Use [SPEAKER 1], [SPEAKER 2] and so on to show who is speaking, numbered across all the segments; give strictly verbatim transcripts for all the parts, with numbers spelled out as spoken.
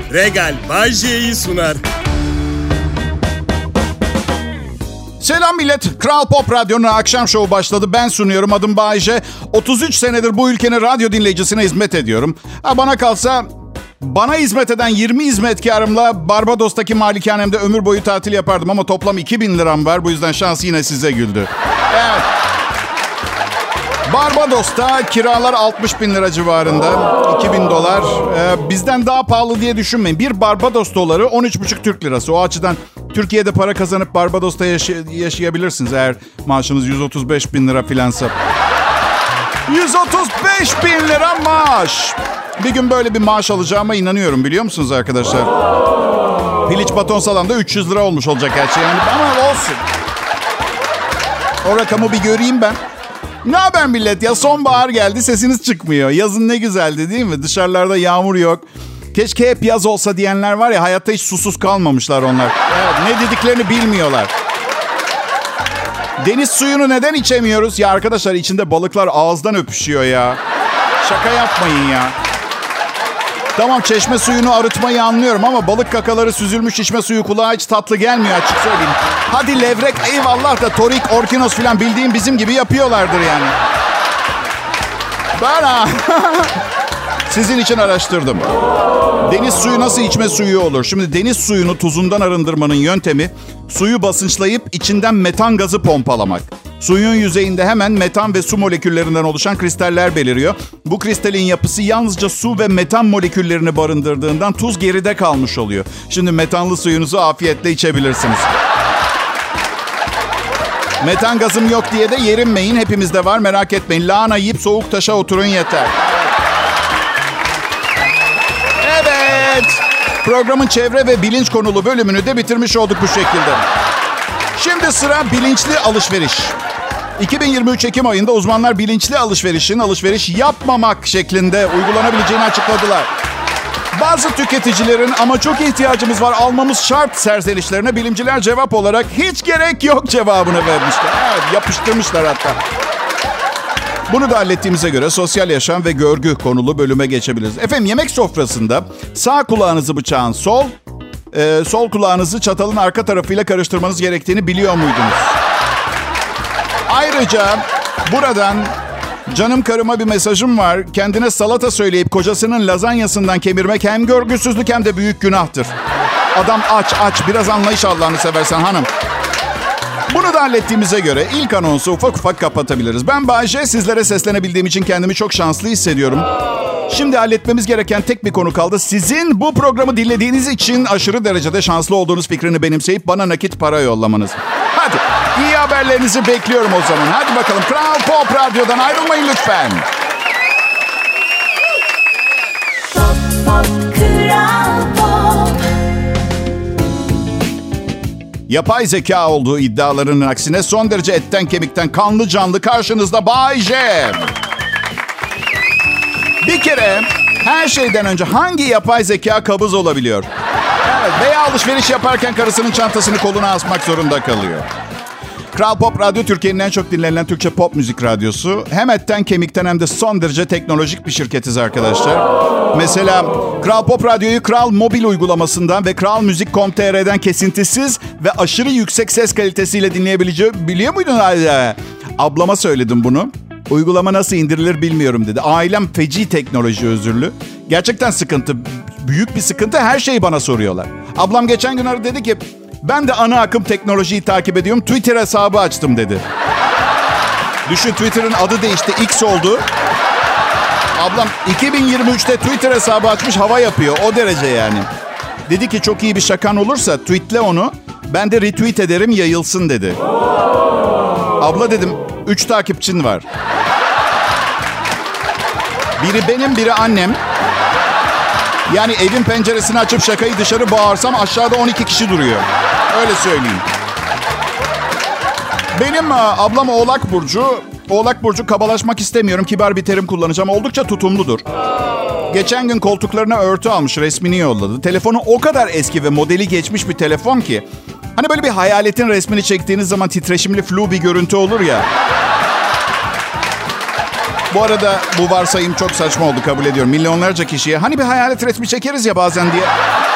[SPEAKER 1] Regal Bajje'yi sunar.
[SPEAKER 2] Selam millet. Kral Pop Radyo'nun akşam şovu başladı. Ben sunuyorum. Adım Bayce. otuz üç senedir bu ülkenin radyo dinleyicisine hizmet ediyorum. Ha, bana kalsa bana hizmet eden yirmi hizmetkarımla Barbados'taki malikanemde ömür boyu tatil yapardım. Ama toplam iki bin liram var. Bu yüzden şans yine size güldü. Evet. Barbados'ta kiralar altmış bin lira civarında. iki bin dolar. Ee, bizden daha pahalı diye düşünmeyin. Bir Barbados doları on üç buçuk Türk lirası. O açıdan Türkiye'de para kazanıp Barbados'ta yaşay- yaşayabilirsiniz eğer maaşınız yüz otuz beş bin lira filansa. yüz otuz beş bin lira maaş. Bir gün böyle bir maaş alacağıma inanıyorum, biliyor musunuz arkadaşlar? Piliç baton salamda üç yüz lira olmuş olacak her şey. Yani ama olsun. O rakamı bir göreyim ben. Ne haber millet ya? Sonbahar geldi, sesiniz çıkmıyor. Yazın ne güzeldi değil mi? Dışarılarda yağmur yok. Keşke hep yaz olsa diyenler var ya, hayatta hiç susuz kalmamışlar onlar. Evet, ne dediklerini bilmiyorlar. Deniz suyunu neden içemiyoruz? Ya arkadaşlar, içinde balıklar ağızdan öpüşüyor ya. Şaka yapmayın ya. Tamam, çeşme suyunu arıtmayı anlıyorum ama balık kakaları süzülmüş içme suyu kulağa hiç tatlı gelmiyor, açık söyleyeyim. Hadi levrek eyvallah da torik, orkinos falan bildiğim bizim gibi yapıyorlardır yani. Ben sizin için araştırdım. Deniz suyu nasıl içme suyu olur? Şimdi deniz suyunu tuzundan arındırmanın yöntemi suyu basınçlayıp içinden metan gazı pompalamak. Suyun yüzeyinde hemen metan ve su moleküllerinden oluşan kristaller beliriyor. Bu kristalin yapısı yalnızca su ve metan moleküllerini barındırdığından tuz geride kalmış oluyor. Şimdi metanlı suyunuzu afiyetle içebilirsiniz. Metan gazım yok diye de yerinmeyin. Hepimizde var, merak etmeyin. Lahana yiyip soğuk taşa oturun yeter. Evet. Programın çevre ve bilinç konulu bölümünü de bitirmiş olduk bu şekilde. Şimdi sıra bilinçli alışveriş. iki bin yirmi üç Ekim ayında uzmanlar bilinçli alışverişin alışveriş yapmamak şeklinde uygulanabileceğini açıkladılar. Bazı tüketicilerin ama çok ihtiyacımız var, almamız şart serzenişlerine bilimciler cevap olarak hiç gerek yok cevabını vermişler. Evet, yapıştırmışlar hatta. Bunu da hallettiğimize göre sosyal yaşam ve görgü konulu bölüme geçebiliriz. Efendim, yemek sofrasında sağ kulağınızı bıçağın sol, e, sol kulağınızı çatalın arka tarafıyla karıştırmanız gerektiğini biliyor muydunuz? Ayrıca buradan canım karıma bir mesajım var. Kendine salata söyleyip kocasının lazanyasından kemirmek hem görgüsüzlük hem de büyük günahtır. Adam aç aç, biraz anlayış Allah'ını seversen hanım. Bunu da hallettiğimize göre ilk anonsu ufak ufak kapatabiliriz. Ben Bayce, sizlere seslenebildiğim için kendimi çok şanslı hissediyorum. Şimdi halletmemiz gereken tek bir konu kaldı. Sizin bu programı dinlediğiniz için aşırı derecede şanslı olduğunuz fikrini benimseyip bana nakit para yollamanız. Hadi, iyi haberlerinizi bekliyorum o zaman. Hadi bakalım, Kral Pop Radyo'dan ayrılmayın lütfen.
[SPEAKER 3] Pop, pop, Kral Pop.
[SPEAKER 2] Yapay zeka olduğu iddialarının aksine son derece etten kemikten kanlı canlı karşınızda Bay J. Bir kere her şeyden önce hangi yapay zeka kabız olabiliyor? Evet, veya alışveriş yaparken karısının çantasını koluna asmak zorunda kalıyor. Kral Pop Radyo Türkiye'nin en çok dinlenen Türkçe pop müzik radyosu. Hem etten kemikten hem de son derece teknolojik bir şirketiz arkadaşlar. Mesela Kral Pop Radyo'yu Kral Mobil uygulamasından ve Kral Müzik nokta com nokta t r'den kesintisiz ve aşırı yüksek ses kalitesiyle dinleyebileceği biliyor muydun? Ablama söyledim bunu. Uygulama nasıl indirilir bilmiyorum dedi. Ailem feci teknoloji özürlü. Gerçekten sıkıntı. Büyük bir sıkıntı. Her şeyi bana soruyorlar. Ablam geçen gün aradı, dedi ki ben de ana akım teknolojiyi takip ediyorum. Twitter hesabı açtım dedi. Düşün, Twitter'ın adı değişti. X oldu. Ablam iki bin yirmi üçte Twitter hesabı açmış, hava yapıyor. O derece yani. Dedi ki çok iyi bir şakan olursa tweetle onu. Ben de retweet ederim, yayılsın dedi. Abla dedim, üç takipçin var. Biri benim, biri annem. Yani evin penceresini açıp şakayı dışarı bağırsam aşağıda on iki kişi duruyor. Öyle söyleyeyim. Benim ablam Oğlak Burcu. Oğlak Burcu, kabalaşmak istemiyorum, kibar bir terim kullanacağım. Oldukça tutumludur. Geçen gün koltuklarına örtü almış, resmini yolladı. Telefonu o kadar eski ve modeli geçmiş bir telefon ki. Hani böyle bir hayaletin resmini çektiğiniz zaman titreşimli flu bir görüntü olur ya. Bu arada bu varsayım çok saçma oldu, kabul ediyorum. Milyonlarca kişiye hani bir hayalet resmi çekeriz ya bazen diye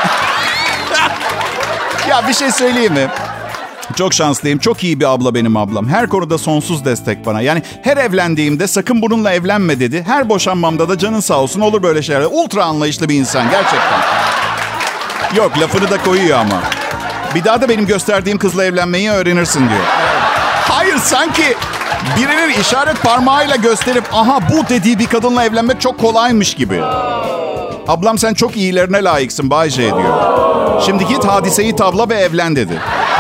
[SPEAKER 2] Ya bir şey söyleyeyim mi? Çok şanslıyım. Çok iyi bir abla benim ablam. Her konuda sonsuz destek bana. Yani her evlendiğimde sakın bununla evlenme dedi. Her boşanmamda da canın sağ olsun olur böyle şeyler. Ultra anlayışlı bir insan gerçekten. Yok, lafını da koyuyor ama. Bir daha da benim gösterdiğim kızla evlenmeyi öğrenirsin diyor. Hayır, sanki birinin işaret parmağıyla gösterip aha bu dediği bir kadınla evlenmek çok kolaymış gibi. Ablam sen çok iyilerine layıksın Bay J diyor. Şimdi git Hadise'yi tavla ve evlen dedi.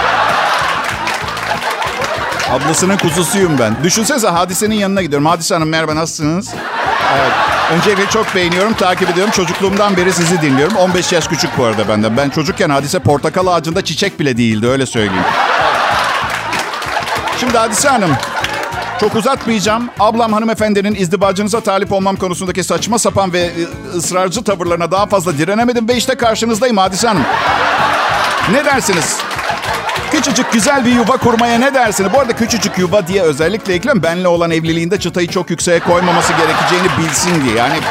[SPEAKER 2] Ablasının kuzusuyum ben. Düşünsenize Hadise'nin yanına gidiyorum. Hadise Hanım merhaba, nasılsınız? Evet. Öncelikle çok beğeniyorum, takip ediyorum. Çocukluğumdan beri sizi dinliyorum. on beş yaş küçük bu arada benden. Ben çocukken Hadise portakal ağacında çiçek bile değildi, öyle söyleyeyim. Şimdi Hadise Hanım, çok uzatmayacağım. Ablam hanımefendinin izdivacınıza talip olmam konusundaki saçma sapan ve ısrarcı tavırlarına daha fazla direnemedim. Ve işte karşınızdayım Hadise Hanım. Ne dersiniz? Küçücük güzel bir yuva kurmaya ne dersiniz? Bu arada küçücük yuva diye özellikle eklem. Benle olan evliliğinde çıtayı çok yükseğe koymaması gerekeceğini bilsin diye. Yani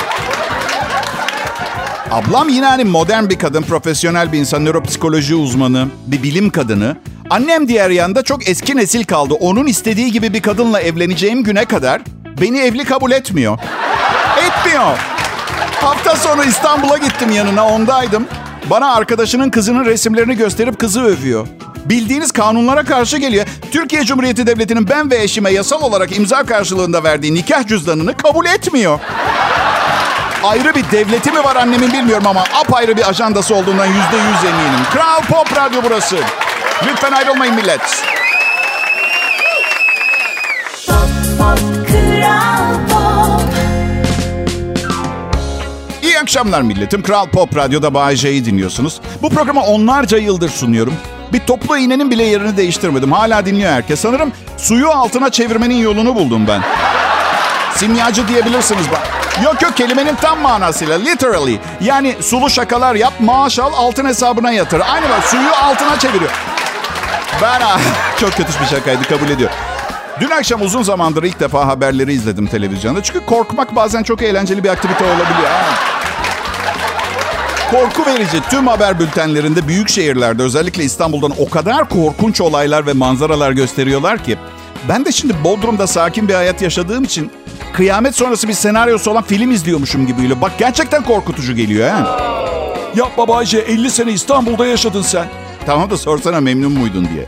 [SPEAKER 2] ablam yine hani modern bir kadın, profesyonel bir insan, nöropsikoloji uzmanı, bir bilim kadını. Annem diğer yanda çok eski nesil kaldı. Onun istediği gibi bir kadınla evleneceğim güne kadar beni evli kabul etmiyor. Etmiyor. Hafta sonu İstanbul'a gittim yanına, ondaydım. Bana arkadaşının kızının resimlerini gösterip kızı övüyor. Bildiğiniz kanunlara karşı geliyor. Türkiye Cumhuriyeti Devleti'nin ben ve eşime yasal olarak imza karşılığında verdiği nikah cüzdanını kabul etmiyor. Ayrı bir devleti mi var annemin bilmiyorum ama apayrı bir ajandası olduğundan yüzde yüz eminim. Kral Pop Radyo burası. Lütfen ayrılmayın millet.
[SPEAKER 3] Pop, pop, Kral Pop.
[SPEAKER 2] İyi akşamlar milletim. Kral Pop Radyo'da Bay J'yi dinliyorsunuz. Bu programı onlarca yıldır sunuyorum. Bir toplu iğnenin bile yerini değiştirmedim. Hala dinliyor herkes. Sanırım suyu altına çevirmenin yolunu buldum ben. Simyacı diyebilirsiniz bana. Yok yok, kelimenin tam manasıyla. Literally. Yani sulu şakalar yap, maaş al, altın hesabına yatır. Aynı bak, suyu altına çeviriyor. Ben çok kötü bir şakaydı, kabul ediyor. Dün akşam uzun zamandır ilk defa haberleri izledim televizyonda. Çünkü korkmak bazen çok eğlenceli bir aktivite olabiliyor. Ha? Korku verici. Tüm haber bültenlerinde büyük şehirlerde, özellikle İstanbul'dan o kadar korkunç olaylar ve manzaralar gösteriyorlar ki. Ben de şimdi Bodrum'da sakin bir hayat yaşadığım için kıyamet sonrası bir senaryosu olan film izliyormuşum gibi geliyor. Bak gerçekten korkutucu geliyor ha.
[SPEAKER 1] Yapma Bayce, elli sene İstanbul'da yaşadın sen.
[SPEAKER 2] Tamam da sorsana memnun muydun diye.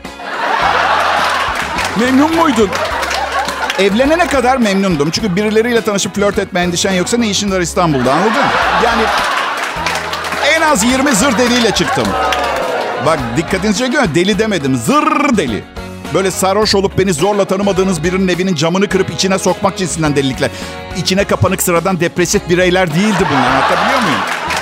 [SPEAKER 1] Memnun muydun?
[SPEAKER 2] Evlenene kadar memnundum. Çünkü birileriyle tanışıp flört etme endişen yoksa ne işin var İstanbul'da, anladın mı? Yani en az yirmi zır deliyle çıktım. Bak dikkatinizi çekiyor mu? Deli demedim. Zır deli. Böyle sarhoş olup beni zorla tanımadığınız birinin evinin camını kırıp içine sokmak cinsinden delilikler. İçine kapanık sıradan depresif bireyler değildi bunlar. Anlatabiliyor muyum?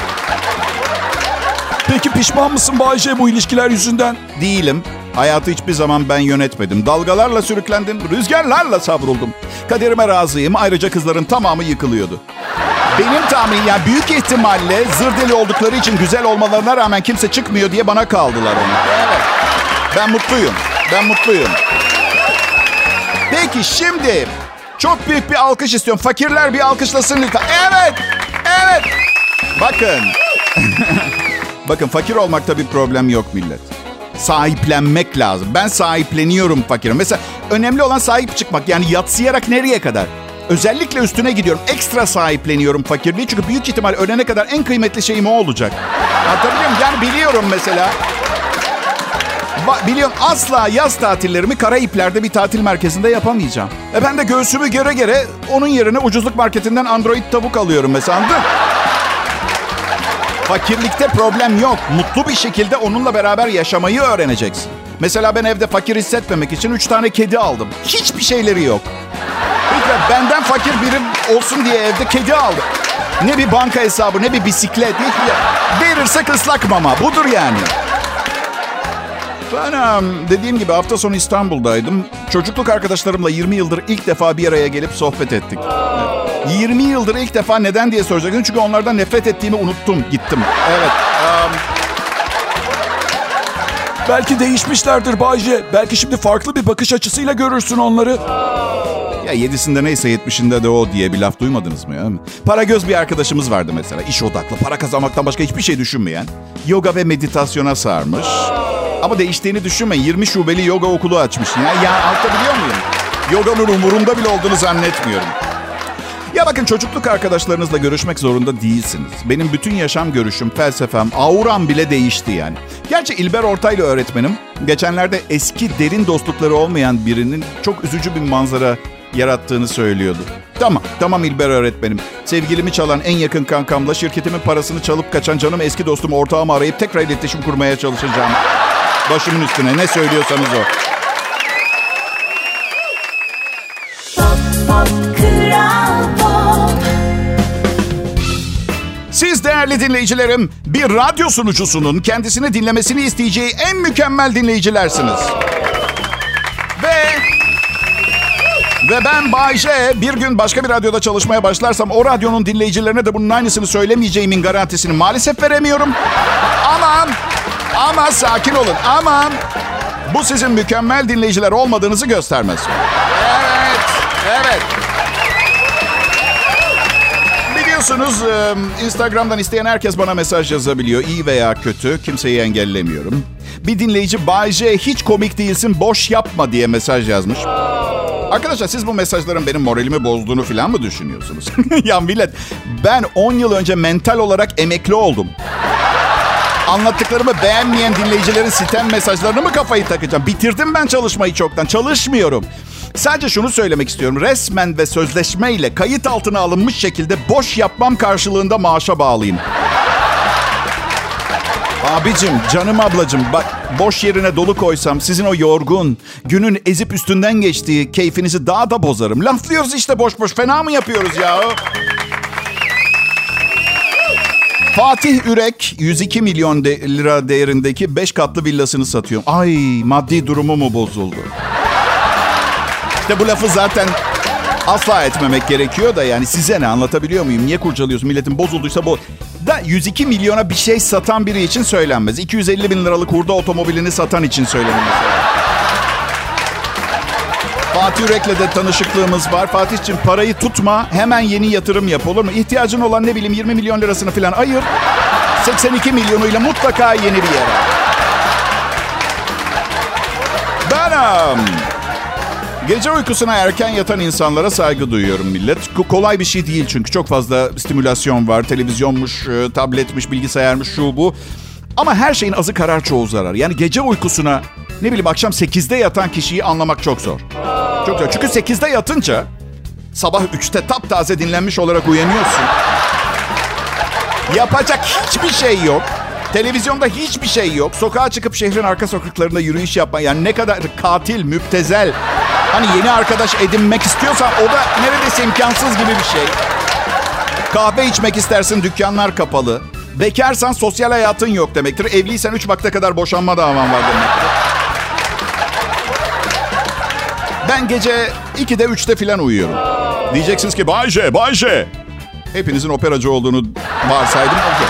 [SPEAKER 1] Peki pişman mısın Bayce bu ilişkiler yüzünden?
[SPEAKER 2] Değilim. Hayatı hiçbir zaman ben yönetmedim. Dalgalarla sürüklendim, rüzgarlarla savruldum. Kaderime razıyım. Ayrıca kızların tamamı yıkılıyordu. Benim tahminim, yani büyük ihtimalle zır deli oldukları için güzel olmalarına rağmen kimse çıkmıyor diye bana kaldılar onu. Evet. Ben mutluyum. Ben mutluyum. Peki şimdi çok büyük bir alkış istiyorum. Fakirler bir alkışlasın lütfen. Evet. Evet. Bakın. Bakın, fakir olmakta bir problem yok millet. Sahiplenmek lazım. Ben sahipleniyorum fakirim. Mesela önemli olan sahip çıkmak. Yani yatsıyarak nereye kadar? Özellikle üstüne gidiyorum. Ekstra sahipleniyorum fakirliği. Çünkü büyük ihtimal ölene kadar en kıymetli şeyim o olacak. Anlatabiliyor muyum? Yani biliyorum mesela. Ba- biliyorum asla yaz tatillerimi Karayipler'de bir tatil merkezinde yapamayacağım. E ben de göğsümü göre göre onun yerine ucuzluk marketinden Android tavuk alıyorum mesela. Anladın? Fakirlikte problem yok. Mutlu bir şekilde onunla beraber yaşamayı öğreneceksin. Mesela ben evde fakir hissetmemek için üç tane kedi aldım. Hiçbir şeyleri yok. Lütfen benden fakir biri olsun diye evde kedi aldım. Ne bir banka hesabı, ne bir bisiklet. Hiçbir şey. Verirsek ıslak mama. Budur yani. Ben dediğim gibi hafta sonu İstanbul'daydım. Çocukluk arkadaşlarımla yirmi yıldır ilk defa bir araya gelip sohbet ettik. yirmi yıldır ilk defa neden diye soracaktım. Çünkü onlardan nefret ettiğimi unuttum. Gittim. Evet. Um...
[SPEAKER 1] Belki değişmişlerdir Bayce. Belki şimdi farklı bir bakış açısıyla görürsün onları.
[SPEAKER 2] Ya yedisinde neyse yetmişinde de o diye bir laf duymadınız mı ya? Para göz bir arkadaşımız vardı mesela. İş odaklı, para kazanmaktan başka hiçbir şey düşünmeyen. Yoga ve meditasyona sarmış. Ama değiştiğini düşünme. yirmi şubeli yoga okulu açmış. Ya, ya anlatabiliyor muyum? Yoganın umurunda bile olduğunu zannetmiyorum. Ya bakın, çocukluk arkadaşlarınızla görüşmek zorunda değilsiniz. Benim bütün yaşam görüşüm, felsefem, auram bile değişti yani. Gerçi İlber Ortaylı öğretmenim geçenlerde eski derin dostlukları olmayan birinin çok üzücü bir manzara yarattığını söylüyordu. Tamam, tamam İlber öğretmenim. Sevgilimi çalan en yakın kankamla şirketimin parasını çalıp kaçan canım eski dostum ortağımı arayıp tekrar iletişim kurmaya çalışacağım. Başımın üstüne ne söylüyorsanız o.
[SPEAKER 3] Pop, pop, Kral Pop.
[SPEAKER 2] Siz değerli dinleyicilerim, bir radyo sunucusunun kendisini dinlemesini isteyeceği en mükemmel dinleyicilersiniz. Ve... Ve ben Bay J, bir gün başka bir radyoda çalışmaya başlarsam o radyonun dinleyicilerine de bunun aynısını söylemeyeceğimin garantisini maalesef veremiyorum. Aman, ama sakin olun, aman. Bu sizin mükemmel dinleyiciler olmadığınızı göstermez. Evet, evet. Biliyorsunuz Instagram'dan isteyen herkes bana mesaj yazabiliyor. İyi veya kötü, kimseyi engellemiyorum. Bir dinleyici Bay J hiç komik değilsin, boş yapma diye mesaj yazmış. Arkadaşlar, siz bu mesajların benim moralimi bozduğunu falan mı düşünüyorsunuz? Ya millet, ben on yıl önce mental olarak emekli oldum. Anlattıklarımı beğenmeyen dinleyicilerin sitem mesajlarını mı kafayı takacağım? Bitirdim ben çalışmayı çoktan. Çalışmıyorum. Sadece şunu söylemek istiyorum. Resmen ve sözleşmeyle kayıt altına alınmış şekilde boş yapmam karşılığında maaşa bağlıyım. Abicim, canım ablacım, bak boş yerine dolu koysam sizin o yorgun, günün ezip üstünden geçtiği keyfinizi daha da bozarım. Laflıyoruz işte boş boş, fena mı yapıyoruz ya? Fatih Ürek yüz iki milyon de- lira değerindeki beş katlı villasını satıyor. Ay, maddi durumu mu bozuldu? İşte bu lafı zaten asla etmemek gerekiyor da yani size ne, anlatabiliyor muyum? Niye kurcalıyorsun? Milletin bozulduysa bu. Da yüz iki milyona bir şey satan biri için söylenmez. iki yüz elli bin liralık hurda otomobilini satan için söylenir mesela. Fatih Ürek'le de tanışıklığımız var. Fatih'ciğim, parayı tutma, hemen yeni yatırım yap, olur mu? İhtiyacın olan ne bileyim yirmi milyon lirasını falan ayır. seksen iki milyonuyla mutlaka yeni bir yere. Benim. Gece uykusuna erken yatan insanlara saygı duyuyorum millet. Kolay bir şey değil çünkü çok fazla stimülasyon var. Televizyonmuş, tabletmiş, bilgisayarmış, şu bu. Ama her şeyin azı karar çoğu zarar. Yani gece uykusuna ne bileyim akşam sekizde yatan kişiyi anlamak çok zor. Çok zor. Çünkü sekizde yatınca sabah üçte taptaze dinlenmiş olarak uyanıyorsun. Yapacak hiçbir şey yok. Televizyonda hiçbir şey yok. Sokağa çıkıp şehrin arka sokaklarında yürüyüş yapma. Yani ne kadar katil, müptezel. Hani yeni arkadaş edinmek istiyorsan o da neredeyse imkansız gibi bir şey. Kahve içmek istersin, dükkanlar kapalı. Bekarsan sosyal hayatın yok demektir. Evliysen üç vakte kadar boşanma davan var demektir. Ben gece ikide üçte falan uyuyorum. Diyeceksiniz ki Bay J, Bay J. Hepinizin operacı olduğunu varsaydım. Okay.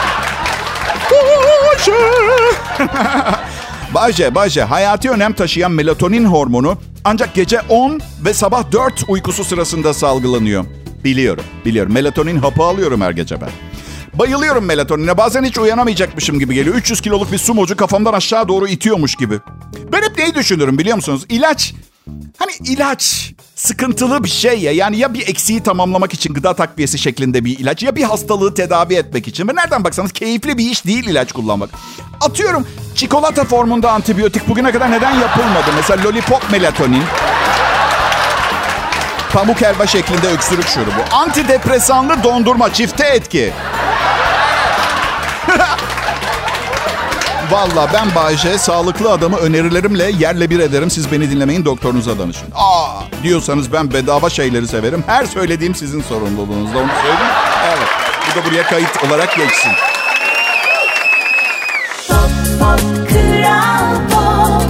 [SPEAKER 2] Bay J, Bay J. Hayati önem taşıyan melatonin hormonu ancak gece on ve sabah dört uykusu sırasında salgılanıyor. Biliyorum, biliyorum. Melatonin hapı alıyorum her gece ben. Bayılıyorum melatonine. Bazen hiç uyanamayacakmışım gibi geliyor. üç yüz kiloluk bir sumocu kafamdan aşağı doğru itiyormuş gibi. Ben hep neyi düşünürüm biliyor musunuz? İlaç. Hani ilaç sıkıntılı bir şey ya. Yani ya bir eksiği tamamlamak için gıda takviyesi şeklinde bir ilaç, ya bir hastalığı tedavi etmek için. Ve nereden baksanız keyifli bir iş değil ilaç kullanmak. Atıyorum çikolata formunda antibiyotik bugüne kadar neden yapılmadı? Mesela lollipop melatonin. Pamuk helva şeklinde öksürük şurubu. Antidepresanlı dondurma, çifte etki. Valla ben Bay J, sağlıklı adamı önerilerimle yerle bir ederim. Siz beni dinlemeyin, doktorunuza danışın. Aa diyorsanız ben bedava şeyleri severim. Her söylediğim sizin sorumluluğunuzda, onu söyleyeyim. Evet, bu da buraya kayıt olarak geçsin.
[SPEAKER 3] Pop, pop, Kral Pop.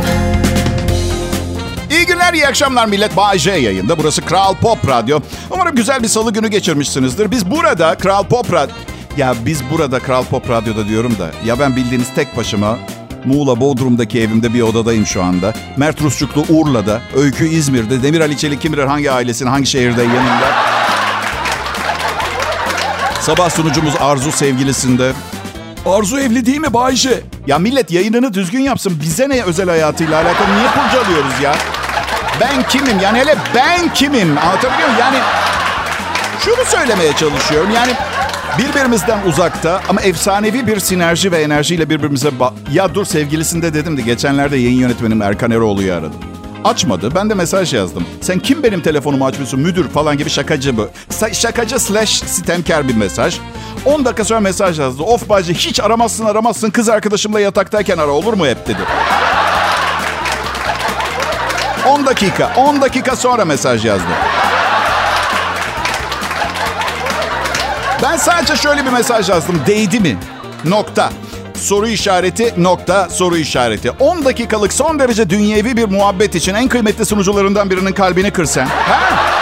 [SPEAKER 2] İyi günler, iyi akşamlar millet. Bay J yayında. Burası Kral Pop Radyo. Umarım güzel bir salı günü geçirmişsinizdir. Biz burada Kral Pop Radyo... Ya biz burada Kral Pop Radyo'da diyorum da. Ya ben bildiğiniz tek başıma Muğla Bodrum'daki evimde bir odadayım şu anda. Mert Rusçuklu Urla'da. Öykü İzmir'de. Demir Ali Çelik kim bilir hangi ailesinin hangi şehirde yanında. Sabah sunucumuz Arzu sevgilisinde.
[SPEAKER 1] Arzu evli değil mi Bayce?
[SPEAKER 2] Ya millet yayınını düzgün yapsın. Bize ne özel hayatıyla alakalı? Niye kurcalıyoruz ya? Ben kimim? Yani hele ben kimim? Anlatabiliyor muyum? Yani şunu söylemeye çalışıyorum. Yani birbirimizden uzakta ama efsanevi bir sinerji ve enerjiyle birbirimize... Ba- ya dur sevgilisinde dedim de geçenlerde yayın yönetmenim Erkan Eroğlu'yu aradım. Açmadı. Ben de mesaj yazdım. Sen kim benim telefonumu açmıyorsun? Müdür falan gibi şakacı bu. Şakacı slash sitemkar bir mesaj. on dakika sonra mesaj yazdı. Of Bayce hiç aramazsın aramazsın. Kız arkadaşımla yataktayken ara olur mu hep dedi. on dakika. on dakika sonra mesaj yazdı. Ben sadece şöyle bir mesaj yazdım. Değdi mi? Nokta. Soru işareti, nokta, soru işareti. on dakikalık son derece dünyevi bir muhabbet için en kıymetli sunucularından birinin kalbini kırsan. Ha?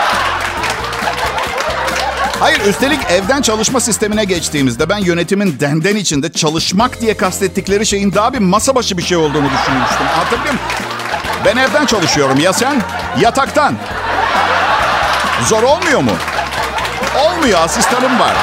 [SPEAKER 2] Hayır, üstelik evden çalışma sistemine geçtiğimizde ben yönetimin denden içinde çalışmak diye kastettikleri şeyin daha bir masa başı bir şey olduğunu düşünmüştüm. Anlatabiliyor muyum? Ben evden çalışıyorum. Ya sen? Yataktan. Zor olmuyor mu? Olmuyor, asistanım var.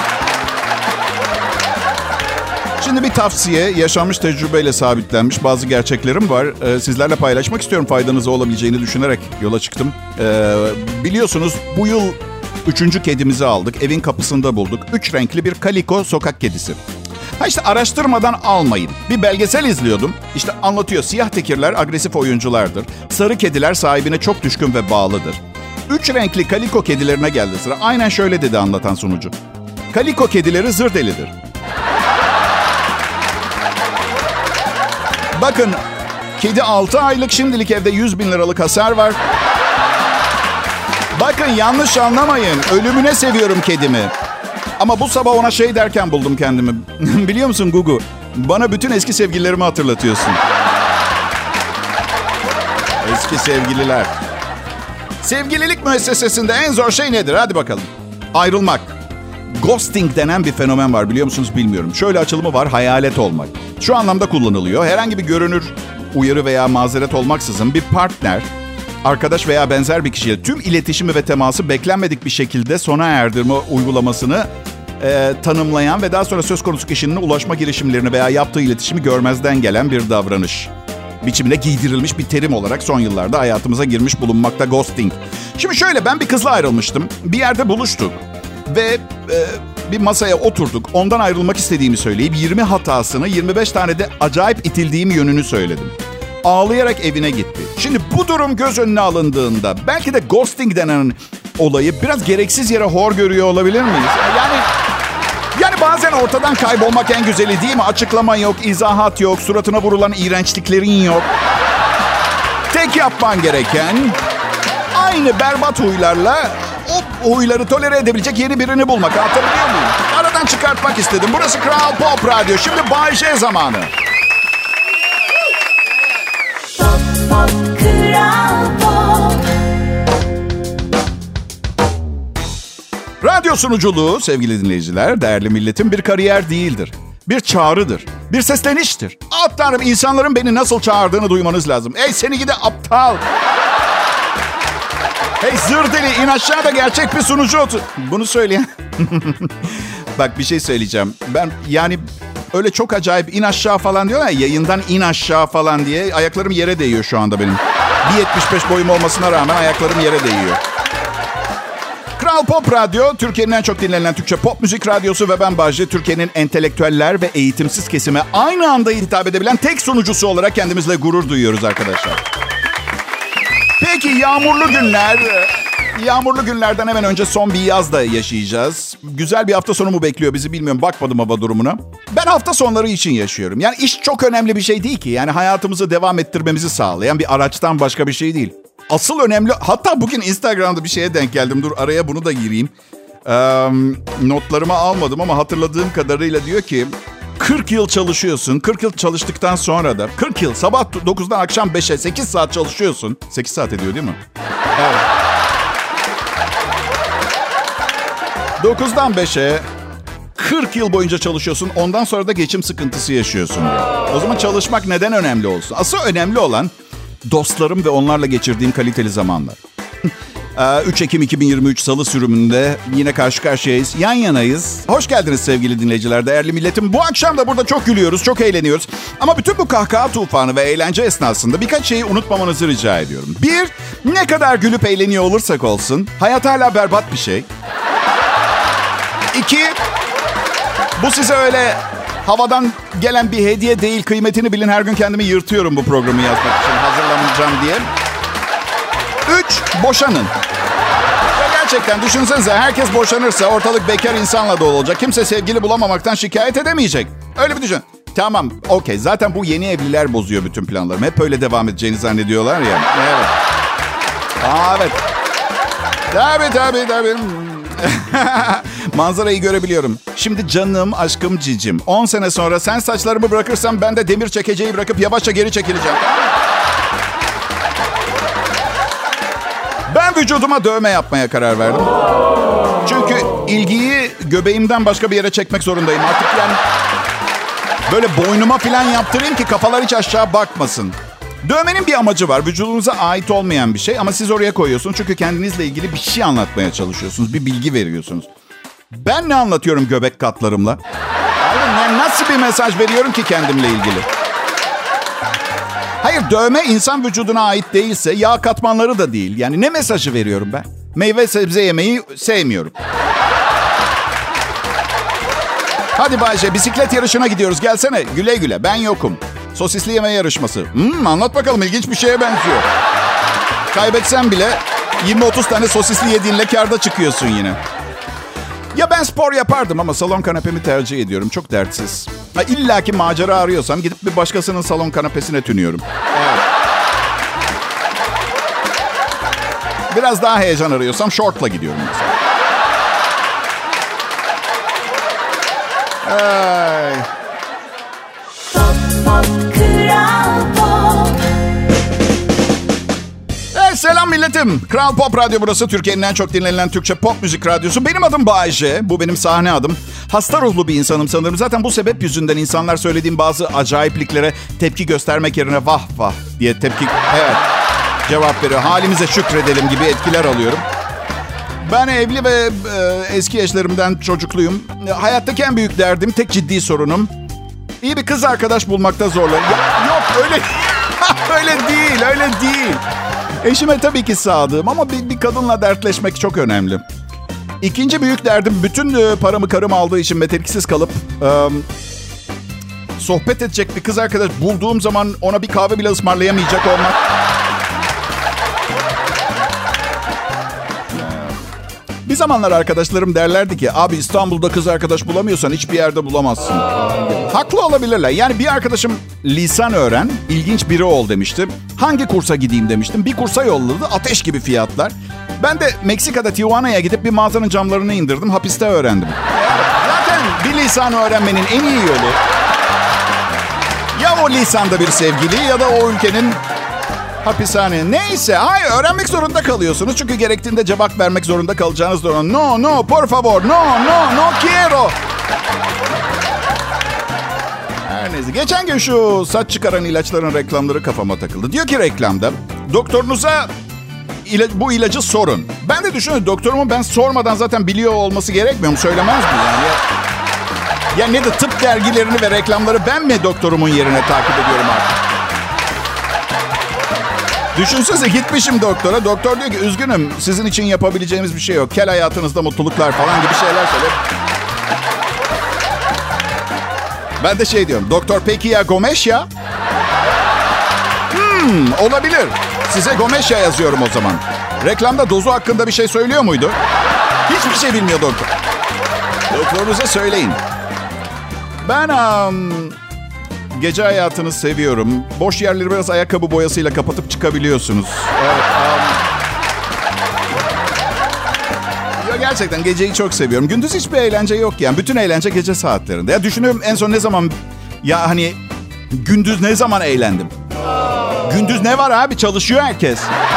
[SPEAKER 2] Şimdi bir tavsiye, yaşanmış tecrübeyle sabitlenmiş bazı gerçeklerim var. Ee, sizlerle paylaşmak istiyorum, faydanıza olabileceğini düşünerek yola çıktım. Ee, biliyorsunuz bu yıl üçüncü kedimizi aldık, evin kapısında bulduk. Üç renkli bir kaliko sokak kedisi. Ha işte araştırmadan almayın. Bir belgesel izliyordum. İşte anlatıyor, siyah tekirler agresif oyunculardır. Sarı kediler sahibine çok düşkün ve bağlıdır. Üç renkli kaliko kedilerine geldi sıra. Aynen şöyle dedi anlatan sunucu. Kaliko kedileri zır delidir. Bakın, kedi altı aylık, şimdilik evde yüz bin liralık hasar var. Bakın yanlış anlamayın, ölümüne seviyorum kedimi. Ama bu sabah ona şey derken buldum kendimi. Biliyor musun Gugu? Bana bütün eski sevgililerimi hatırlatıyorsun. Eski sevgililer. Sevgililik müessesesinde en zor şey nedir? Hadi bakalım. Ayrılmak. Ghosting denen bir fenomen var, biliyor musunuz bilmiyorum. Şöyle açılımı var, hayalet olmak. Şu anlamda kullanılıyor. Herhangi bir görünür uyarı veya mazeret olmaksızın bir partner, arkadaş veya benzer bir kişiyle tüm iletişimi ve teması beklenmedik bir şekilde sona erdirme uygulamasını e, tanımlayan ve daha sonra söz konusu kişinin ulaşma girişimlerini veya yaptığı iletişimi görmezden gelen bir davranış biçimine giydirilmiş bir terim olarak son yıllarda hayatımıza girmiş bulunmakta ghosting. Şimdi şöyle, ben bir kızla ayrılmıştım. Bir yerde buluştuk ve e, bir masaya oturduk. Ondan ayrılmak istediğimi söyleyip yirmi hatasını, yirmi beş tane de acayip itildiğim yönünü söyledim. Ağlayarak evine gitti. Şimdi bu durum göz önüne alındığında belki de ghosting denen olayı biraz gereksiz yere hor görüyor olabilir miyiz? Yani yani bazen ortadan kaybolmak en güzeli değil mi? Açıklama yok, izahat yok, suratına vurulan iğrençliklerin yok. Tek yapman gereken aynı berbat huylarla o huyları tolere edebilecek yeni birini bulmak. Anlatabiliyor muyum? Aradan çıkartmak istedim. Burası Kral Pop Radyo. Şimdi Bay J zamanı.
[SPEAKER 3] Pop, pop, Kral Pop.
[SPEAKER 2] Radyo sunuculuğu sevgili dinleyiciler, değerli milletim, bir kariyer değildir. Bir çağrıdır. Bir sesleniştir. Ah Tanrım, insanların beni nasıl çağırdığını duymanız lazım. Ey seni gidi aptal. Hey zır deli, in aşağı da gerçek bir sunucu otur. Bunu söyleyen... Bak bir şey söyleyeceğim. Ben yani öyle çok acayip in aşağı falan diyorlar ya, yayından in aşağı falan diye ayaklarım yere değiyor şu anda benim. bir yetmiş beş boyum olmasına rağmen ayaklarım yere değiyor. Kral Pop Radyo, Türkiye'nin en çok dinlenen Türkçe pop müzik radyosu ve ben Bay J, Türkiye'nin entelektüeller ve eğitimsiz kesime aynı anda hitap edebilen tek sunucusu olarak kendimizle gurur duyuyoruz arkadaşlar. Peki yağmurlu günler, yağmurlu günlerden hemen önce son bir yaz da yaşayacağız. Güzel bir hafta sonu mu bekliyor bizi bilmiyorum, bakmadım hava durumuna. Ben hafta sonları için yaşıyorum. Yani iş çok önemli bir şey değil ki. Yani hayatımızı devam ettirmemizi sağlayan bir araçtan başka bir şey değil. Asıl önemli, hatta bugün Instagram'da bir şeye denk geldim. Dur araya bunu da gireyim. Ee, notlarımı almadım ama hatırladığım kadarıyla diyor ki... kırk yıl çalışıyorsun. kırk yıl çalıştıktan sonra da... kırk yıl, sabah dokuzdan akşam beşe sekiz saat çalışıyorsun. sekiz saat ediyor değil mi? Evet. dokuzdan beşe kırk yıl boyunca çalışıyorsun. Ondan sonra da geçim sıkıntısı yaşıyorsun. Diyor. O zaman çalışmak neden önemli olsun? Asıl önemli olan... dostlarım ve onlarla geçirdiğim kaliteli zamanlar. üç Ekim iki bin yirmi üç Salı sürümünde yine karşı karşıyayız. Yan yanayız. Hoş geldiniz sevgili dinleyiciler, değerli milletim. Bu akşam da burada çok gülüyoruz, çok eğleniyoruz. Ama bütün bu kahkaha tufanı ve eğlence esnasında birkaç şeyi unutmamanızı rica ediyorum. Bir, ne kadar gülüp eğleniyor olursak olsun, hayat hala berbat bir şey. İki, bu size öyle havadan gelen bir hediye değil, kıymetini bilin. Her gün kendimi yırtıyorum bu programı yazmak için, hazırlanacağım diye. Üç, boşanın. Ya gerçekten düşünsenize, herkes boşanırsa ortalık bekar insanla dolu olacak. Kimse sevgili bulamamaktan şikayet edemeyecek. Öyle bir düşün. Tamam, okey. Zaten bu yeni evliler bozuyor bütün planlarımı. Hep öyle devam edeceğini zannediyorlar ya. Evet. Aa, evet. Tabii tabii tabii. Manzarayı görebiliyorum. Şimdi canım, aşkım, cicim. on sene sonra sen saçlarımı bırakırsan ben de demir çekeceği bırakıp yavaşça geri çekileceğim. Ben vücuduma dövme yapmaya karar verdim. Çünkü ilgiyi göbeğimden başka bir yere çekmek zorundayım. Artık yani böyle boynuma falan yaptırayım ki kafalar hiç aşağı bakmasın. Dövmenin bir amacı var. Vücudunuza ait olmayan bir şey ama siz oraya koyuyorsunuz. Çünkü kendinizle ilgili bir şey anlatmaya çalışıyorsunuz. Bir bilgi veriyorsunuz. Ben ne anlatıyorum göbek katlarımla? Yani nasıl bir mesaj veriyorum ki kendimle ilgili? Hayır, dövme insan vücuduna ait değilse yağ katmanları da değil. Yani ne mesajı veriyorum ben? Meyve sebze yemeyi sevmiyorum. Hadi Bayce, bisiklet yarışına gidiyoruz. Gelsene, güle güle. Ben yokum. Sosisli yeme yarışması. Hmm, anlat bakalım, ilginç bir şeye benziyor. Kaybetsen bile yirmi otuz tane sosisli yediğinle kârda çıkıyorsun yine. Ya ben spor yapardım ama salon kanepemi tercih ediyorum. Çok dertsiz. Ha, İlla ki macera arıyorsam gidip bir başkasının salon kanepesine tünüyorum. Evet. Biraz daha heyecan arıyorsam şortla gidiyorum mesela. Ay.
[SPEAKER 3] Pop, pop, Kral Pop.
[SPEAKER 2] Evet, selam milletim. Kral Pop Radyo burası. Türkiye'nin en çok dinlenilen Türkçe pop müzik radyosu. Benim adım Bayce. Bu benim sahne adım. Hasta ruhlu bir insanım sanırım. Zaten bu sebep yüzünden insanlar söylediğim bazı acayipliklere tepki göstermek yerine vah vah diye tepki... Evet, cevap veriyor. Halimize şükredelim gibi etkiler alıyorum. Ben evli ve e, eski eşlerimden çocukluyum. Hayattaki en büyük derdim, tek ciddi sorunum, İyi bir kız arkadaş bulmakta zorlanıyorum. Ya, yok öyle öyle değil, öyle değil. Eşime tabii ki sadığım ama bir, bir kadınla dertleşmek çok önemli. İkinci büyük derdim, bütün paramı karım aldığı için meteliksiz kalıp e, sohbet edecek bir kız arkadaş bulduğum zaman ona bir kahve bile ısmarlayamayacak olmak. Bir zamanlar arkadaşlarım derlerdi ki, abi İstanbul'da kız arkadaş bulamıyorsan hiçbir yerde bulamazsın. Haklı olabilirler. Yani bir arkadaşım lisan öğren, ilginç biri ol demişti. Hangi kursa gideyim demiştim. Bir kursa yolladı, ateş gibi fiyatlar. Ben de Meksika'da Tijuana'ya gidip bir mağazanın camlarını indirdim, hapiste öğrendim. Zaten bir lisan öğrenmenin en iyi yolu, ya o lisanda bir sevgili ya da o ülkenin hapishane. Neyse, hayır, öğrenmek zorunda kalıyorsunuz. Çünkü gerektiğinde cevap vermek zorunda kalacağınız zaman. No, no, por favor, no, no, no quiero. Her neyse. Geçen gün şu saç çıkaran ilaçların reklamları kafama takıldı. Diyor ki reklamda, doktorunuza ila- bu ilacı sorun. Ben de düşünüyorum, doktorumu ben sormadan zaten biliyor olması gerekmiyor mu? Söylemez mi yani? Ya, ya ne de tıp dergilerini ve reklamları ben mi doktorumun yerine takip ediyorum artık? Düşünsenize, gitmişim doktora. Doktor diyor ki, üzgünüm, sizin için yapabileceğimiz bir şey yok. Kel hayatınızda mutluluklar falan gibi şeyler söylüyor. Ben de şey diyorum, doktor peki ya Gomeşya? Hmm, olabilir. Size Gomeşya yazıyorum o zaman. Reklamda dozu hakkında bir şey söylüyor muydu? Hiçbir şey bilmiyor doktor. Doktorunuza söyleyin. Ben... Um... Gece hayatını seviyorum. Boş yerleri biraz ayakkabı boyasıyla kapatıp çıkabiliyorsunuz. Evet. Um... Ya gerçekten geceyi çok seviyorum. Gündüz hiçbir eğlence yok yani. Bütün eğlence gece saatlerinde. Ya düşünüyorum, en son ne zaman... Ya hani gündüz ne zaman eğlendim? Gündüz ne var abi? Çalışıyor herkes.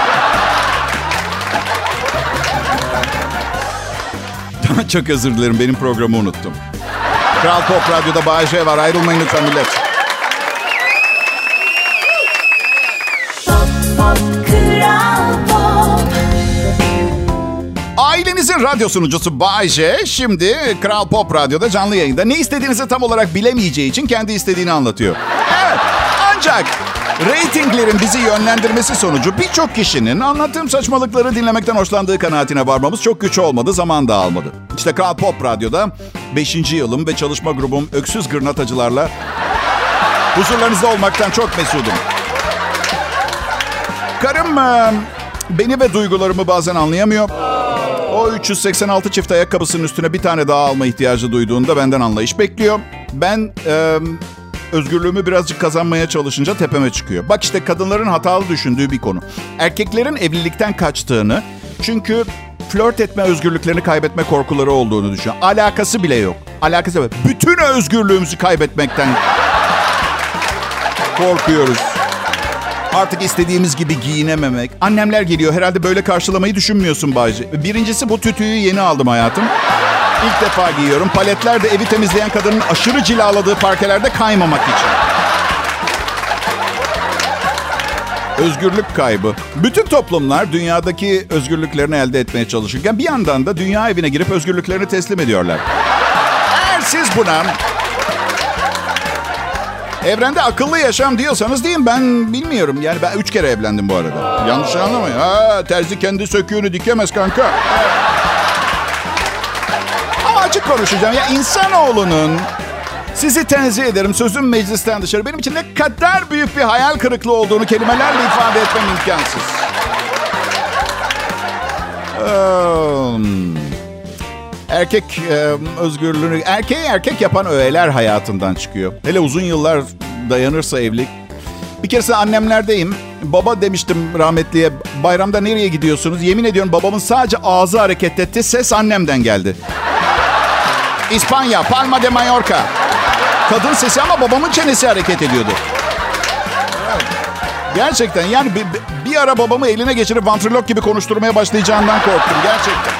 [SPEAKER 2] Çok özür dilerim. Benim programı unuttum. Kral Pop Radyo'da Bay J var. Ayrılmayın lütfen millet.
[SPEAKER 3] Pop, pop, Kral Pop.
[SPEAKER 2] radyo sunucusu Bay J. Şimdi Kral Pop Radyo'da canlı yayında ne istediğinizi tam olarak bilemeyeceği için kendi istediğini anlatıyor. Evet, ancak reytinglerin bizi yönlendirmesi sonucu birçok kişinin anlattığım saçmalıkları dinlemekten hoşlandığı kanaatine varmamız çok güç olmadı, zaman da almadı. İşte Kral Pop Radyo'da beşinci yılım ve çalışma grubum Öksüz Gırnatacılarla huzurlarınızda olmaktan çok mesudum. Karım e, beni ve duygularımı bazen anlayamıyor. O üç yüz seksen altı çift ayakkabısının üstüne bir tane daha alma ihtiyacı duyduğunda benden anlayış bekliyor. Ben e, özgürlüğümü birazcık kazanmaya çalışınca tepeme çıkıyor. Bak işte kadınların hatalı düşündüğü bir konu. Erkeklerin evlilikten kaçtığını, çünkü flört etme özgürlüklerini kaybetme korkuları olduğunu düşünüyor. Alakası bile yok. Alakası yok. Bütün özgürlüğümüzü kaybetmekten korkuyoruz. Artık istediğimiz gibi giyinememek. Annemler geliyor. Herhalde böyle karşılamayı düşünmüyorsun Bayce. Birincisi, bu tütüyü yeni aldım hayatım. İlk defa giyiyorum. Paletler de evi temizleyen kadının aşırı cilaladığı parkelerde kaymamak için. Özgürlük kaybı. Bütün toplumlar dünyadaki özgürlüklerini elde etmeye çalışırken bir yandan da dünya evine girip özgürlüklerini teslim ediyorlar. Eğer siz buna evrende akıllı yaşam diyorsanız deyin, ben bilmiyorum. Yani ben üç kere evlendim bu arada. Yanlış anlamayın. Ha, terzi kendi söküğünü dikemez kanka. Ama açık konuşacağım. Ya insanoğlunun, sizi tenzih ederim, sözüm meclisten dışarı, benim için ne kadar büyük bir hayal kırıklığı olduğunu kelimelerle ifade etmem imkansız. Um, erkek um, özgürlüğünü, erkeği erkek yapan öğeler hayatından çıkıyor. Hele uzun yıllar dayanırsa evlilik. Bir keresinde annemlerdeyim. Baba demiştim rahmetliye, bayramda nereye gidiyorsunuz? Yemin ediyorum babamın sadece ağzı hareket etti. Ses annemden geldi. İspanya, Palma de Mallorca. Kadın sesi ama babamın çenesi hareket ediyordu. Evet. Gerçekten yani bir, bir ara babamı eline geçirip vantrilok gibi konuşturmaya başlayacağından korktum. Gerçekten.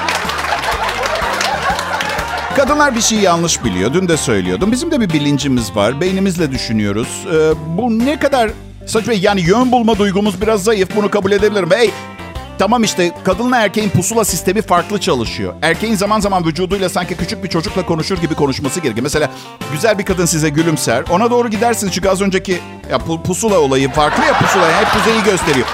[SPEAKER 2] Kadınlar bir şeyi yanlış biliyor. Dün de söylüyordum. Bizim de bir bilincimiz var. Beynimizle düşünüyoruz. Ee, bu ne kadar saçma. Yani yön bulma duygumuz biraz zayıf. Bunu kabul edebilirim. Hey, tamam işte kadınla erkeğin pusula sistemi farklı çalışıyor. Erkeğin zaman zaman vücuduyla sanki küçük bir çocukla konuşur gibi konuşması gerekiyor. Mesela güzel bir kadın size gülümser. Ona doğru gidersiniz çünkü az önceki ya pusula olayı farklı ya, pusula. Hep kuzeyi gösteriyor.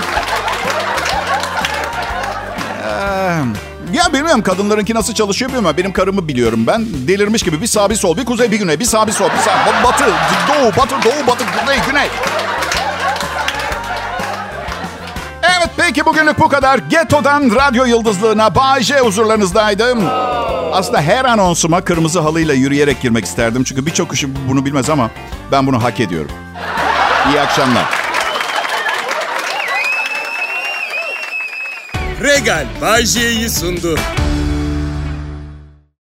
[SPEAKER 2] Ya bilmiyorum kadınlarınki nasıl çalışıyor bilmiyorum. Benim karımı biliyorum ben. Delirmiş gibi bir sağ bir sol, bir kuzey bir güney, bir sağ bir sol, bir sağ batı, doğu, batı, doğu, batı, kuzey, güney. Evet, peki bugünlük bu kadar. Ghetto'dan radyo yıldızlığına Bay J huzurlarınızdaydım. Aslında her anonsuma kırmızı halıyla yürüyerek girmek isterdim. Çünkü birçok kişi bunu bilmez ama ben bunu hak ediyorum. İyi akşamlar.
[SPEAKER 4] Regal Bay J'yi sundu.